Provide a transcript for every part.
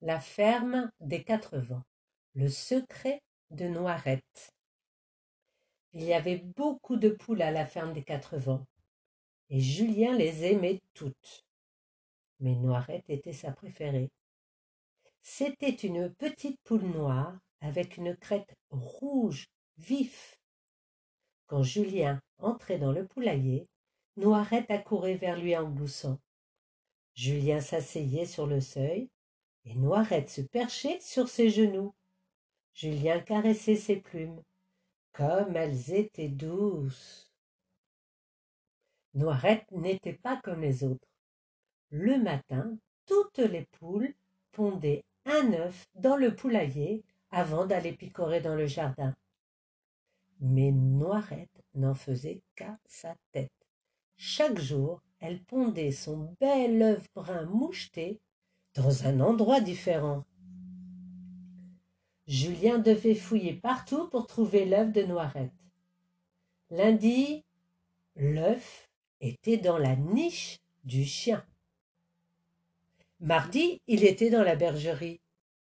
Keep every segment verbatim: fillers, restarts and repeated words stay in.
La ferme des quatre vents. Le secret de Noiretteil y avait beaucoup de poules à la ferme des quatre vents, et Julien les aimait toutes. Mais Noiretteil était sa préférée. C'était une petite poule noire avec une crête rouge vif. Quand Julien entrait dans le poulailler, Noiretteil accourait vers lui en gloussant. Julien s'asseyait sur le seuil, et Noiretteil se perchait sur ses genoux. Julien caressait ses plumes. Comme elles étaient douces. Noiretteil n'était pas comme les autres. Le matin, toutes les poules pondaient un œuf dans le poulailler avant d'aller picorer dans le jardin. Mais Noiretteil n'en faisait qu'à sa tête. Chaque jour, elle pondait son bel œuf brun moucheté dans un endroit différent. Julien devait fouiller partout pour trouver l'œuf de Noiretteil. Lundi, l'œuf était dans la niche du chien. Mardi, il était dans la bergerie.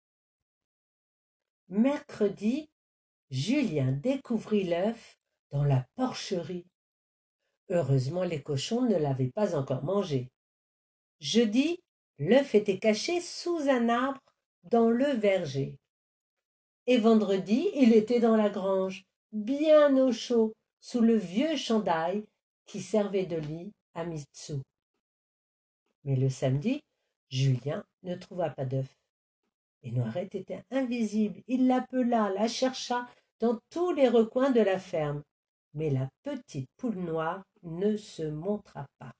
Mercredi, Julien découvrit l'œuf dans la porcherie. Heureusement, les cochons ne l'avaient pas encore mangé. Jeudi, l'œuf était caché sous un arbre dans le verger. Et vendredi, il était dans la grange, bien au chaud, sous le vieux chandail qui servait de lit à Mitsou. Mais le samedi, Julien ne trouva pas d'œuf. Et Noiretteil était invisible. Il l'appela, la chercha dans tous les recoins de la ferme. Mais la petite poule noire ne se montra pas.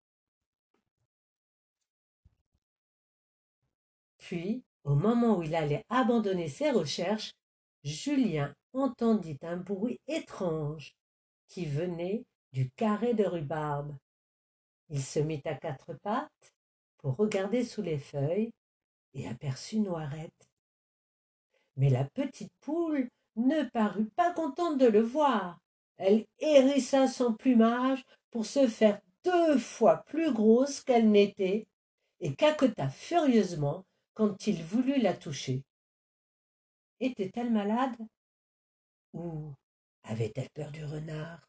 Puis, au moment où il allait abandonner ses recherches, Julien entendit un bruit étrange qui venait du carré de rhubarbe. Il se mit à quatre pattes pour regarder sous les feuilles et aperçut Noiretteil. Mais la petite poule ne parut pas contente de le voir. Elle hérissa son plumage pour se faire deux fois plus grosse qu'elle n'était et caqueta furieusement quand il voulut la toucher. Était-elle malade ou avait-elle peur du renard?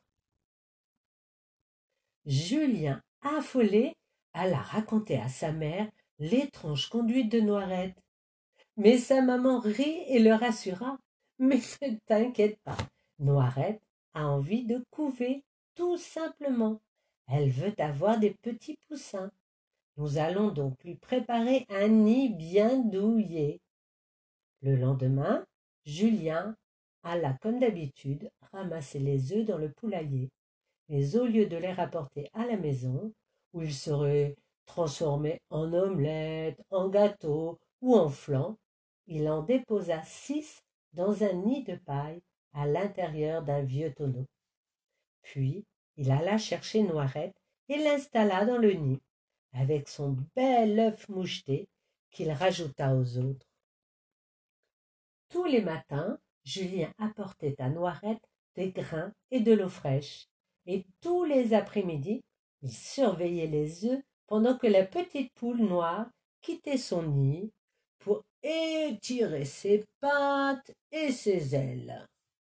Julien, affolé, alla raconter à sa mère l'étrange conduite de Noiretteil. Mais sa maman rit et le rassura. Mais ne t'inquiète pas, Noiretteil a envie de couver, tout simplement. Elle veut avoir des petits poussins. Nous allons donc lui préparer un nid bien douillet. Le lendemain, Julien alla comme d'habitude ramasser les œufs dans le poulailler. Mais au lieu de les rapporter à la maison, où ils seraient transformés en omelette, en gâteau ou en flan, il en déposa six dans un nid de paille à l'intérieur d'un vieux tonneau. Puis il alla chercher Noiretteil et l'installa dans le nid, avec son bel œuf moucheté qu'il rajouta aux autres. Tous les matins, Julien apportait à Noiretteil des grains et de l'eau fraîche, et tous les après-midi, il surveillait les œufs pendant que la petite poule noire quittait son nid pour étirer ses pattes et ses ailes.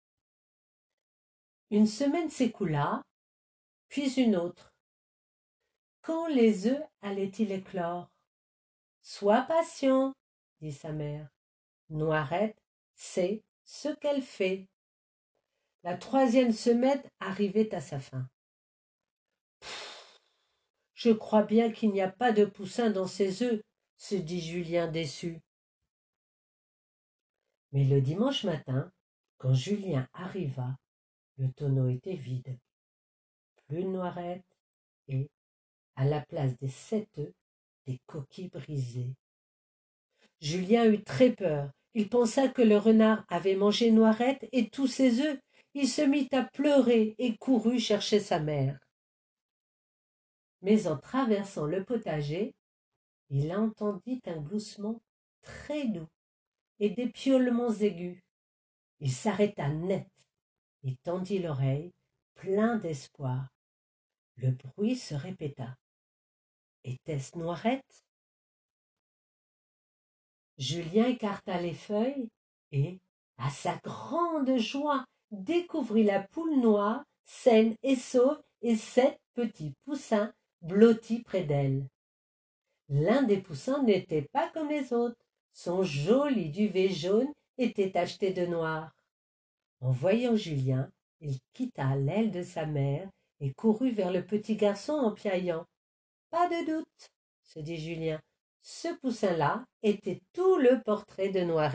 Une semaine s'écoula, puis une autre. Quand les œufs allaient-ils éclore? Sois patient, dit sa mère. Noiretteil sait ce qu'elle fait. La troisième semaine arrivait à sa fin. « Je crois bien qu'il n'y a pas de poussins dans ces œufs, se dit Julien déçu. Mais le dimanche matin, quand Julien arriva, le tonneau était vide. Plus de Noiretteil et, à la place des sept œufs, des coquilles brisées. Julien eut très peur. Il pensa que le renard avait mangé Noiretteil et tous ses œufs. Il se mit à pleurer et courut chercher sa mère. Mais en traversant le potager, il entendit un gloussement très doux et des piaulements aigus. Il s'arrêta net et tendit l'oreille, plein d'espoir. Le bruit se répéta. Était-ce Noiretteil? Julien écarta les feuilles et, à sa grande joie, découvrit la poule noire, saine et sauve, et sept petits poussins blottis près d'elle. L'un des poussins n'était pas comme les autres. Son joli duvet jaune était tacheté de noir. En voyant Julien, il quitta l'aile de sa mère et courut vers le petit garçon en piaillant. « Pas de doute, se dit Julien, ce poussin-là était tout le portrait de Noirette. »